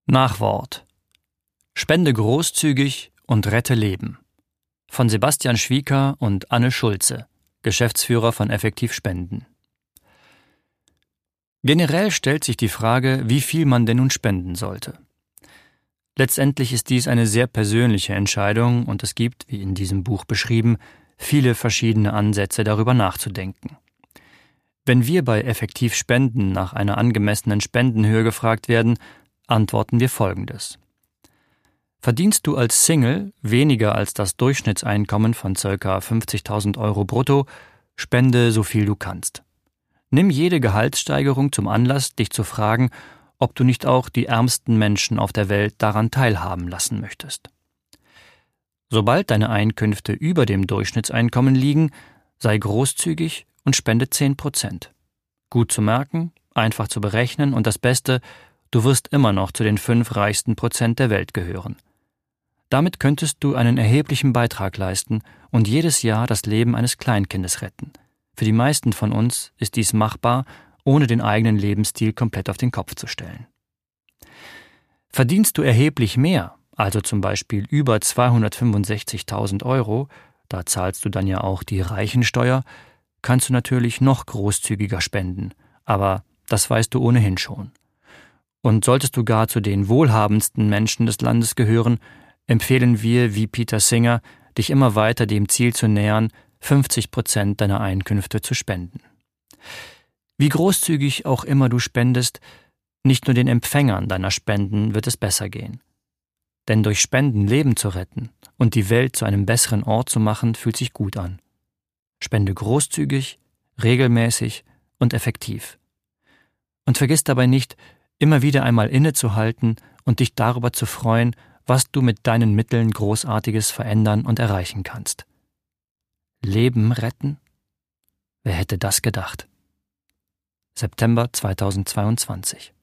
Nachwort. Spende großzügig und rette Leben. Von Sebastian Schwieker und Anne Schulze, Geschäftsführer von Effektiv Spenden. Generell stellt sich die Frage, wie viel man denn nun spenden sollte. Letztendlich ist dies eine sehr persönliche Entscheidung und es gibt, wie in diesem Buch beschrieben, viele verschiedene Ansätze, darüber nachzudenken. Wenn wir bei Effektiv Spenden nach einer angemessenen Spendenhöhe gefragt werden, antworten wir Folgendes. Verdienst du als Single weniger als das Durchschnittseinkommen von ca. 50.000 Euro brutto, spende so viel du kannst. Nimm jede Gehaltssteigerung zum Anlass, dich zu fragen, ob du nicht auch die ärmsten Menschen auf der Welt daran teilhaben lassen möchtest. Sobald deine Einkünfte über dem Durchschnittseinkommen liegen, sei großzügig und spende 10%. Gut zu merken, einfach zu berechnen und das Beste, du wirst immer noch zu den 5 reichsten Prozent der Welt gehören. Damit könntest du einen erheblichen Beitrag leisten und jedes Jahr das Leben eines Kleinkindes retten. Für die meisten von uns ist dies machbar, ohne den eigenen Lebensstil komplett auf den Kopf zu stellen. Verdienst du erheblich mehr, also zum Beispiel über 265.000 Euro, da zahlst du dann ja auch die Reichensteuer, kannst du natürlich noch großzügiger spenden, aber das weißt du ohnehin schon. Und solltest du gar zu den wohlhabendsten Menschen des Landes gehören, empfehlen wir, wie Peter Singer, dich immer weiter dem Ziel zu nähern, 50% deiner Einkünfte zu spenden. Wie großzügig auch immer du spendest, nicht nur den Empfängern deiner Spenden wird es besser gehen. Denn durch Spenden Leben zu retten und die Welt zu einem besseren Ort zu machen, fühlt sich gut an. Spende großzügig, regelmäßig und effektiv. Und vergiss dabei nicht, immer wieder einmal innezuhalten und dich darüber zu freuen, was du mit deinen Mitteln Großartiges verändern und erreichen kannst. Leben retten? Wer hätte das gedacht? September 2022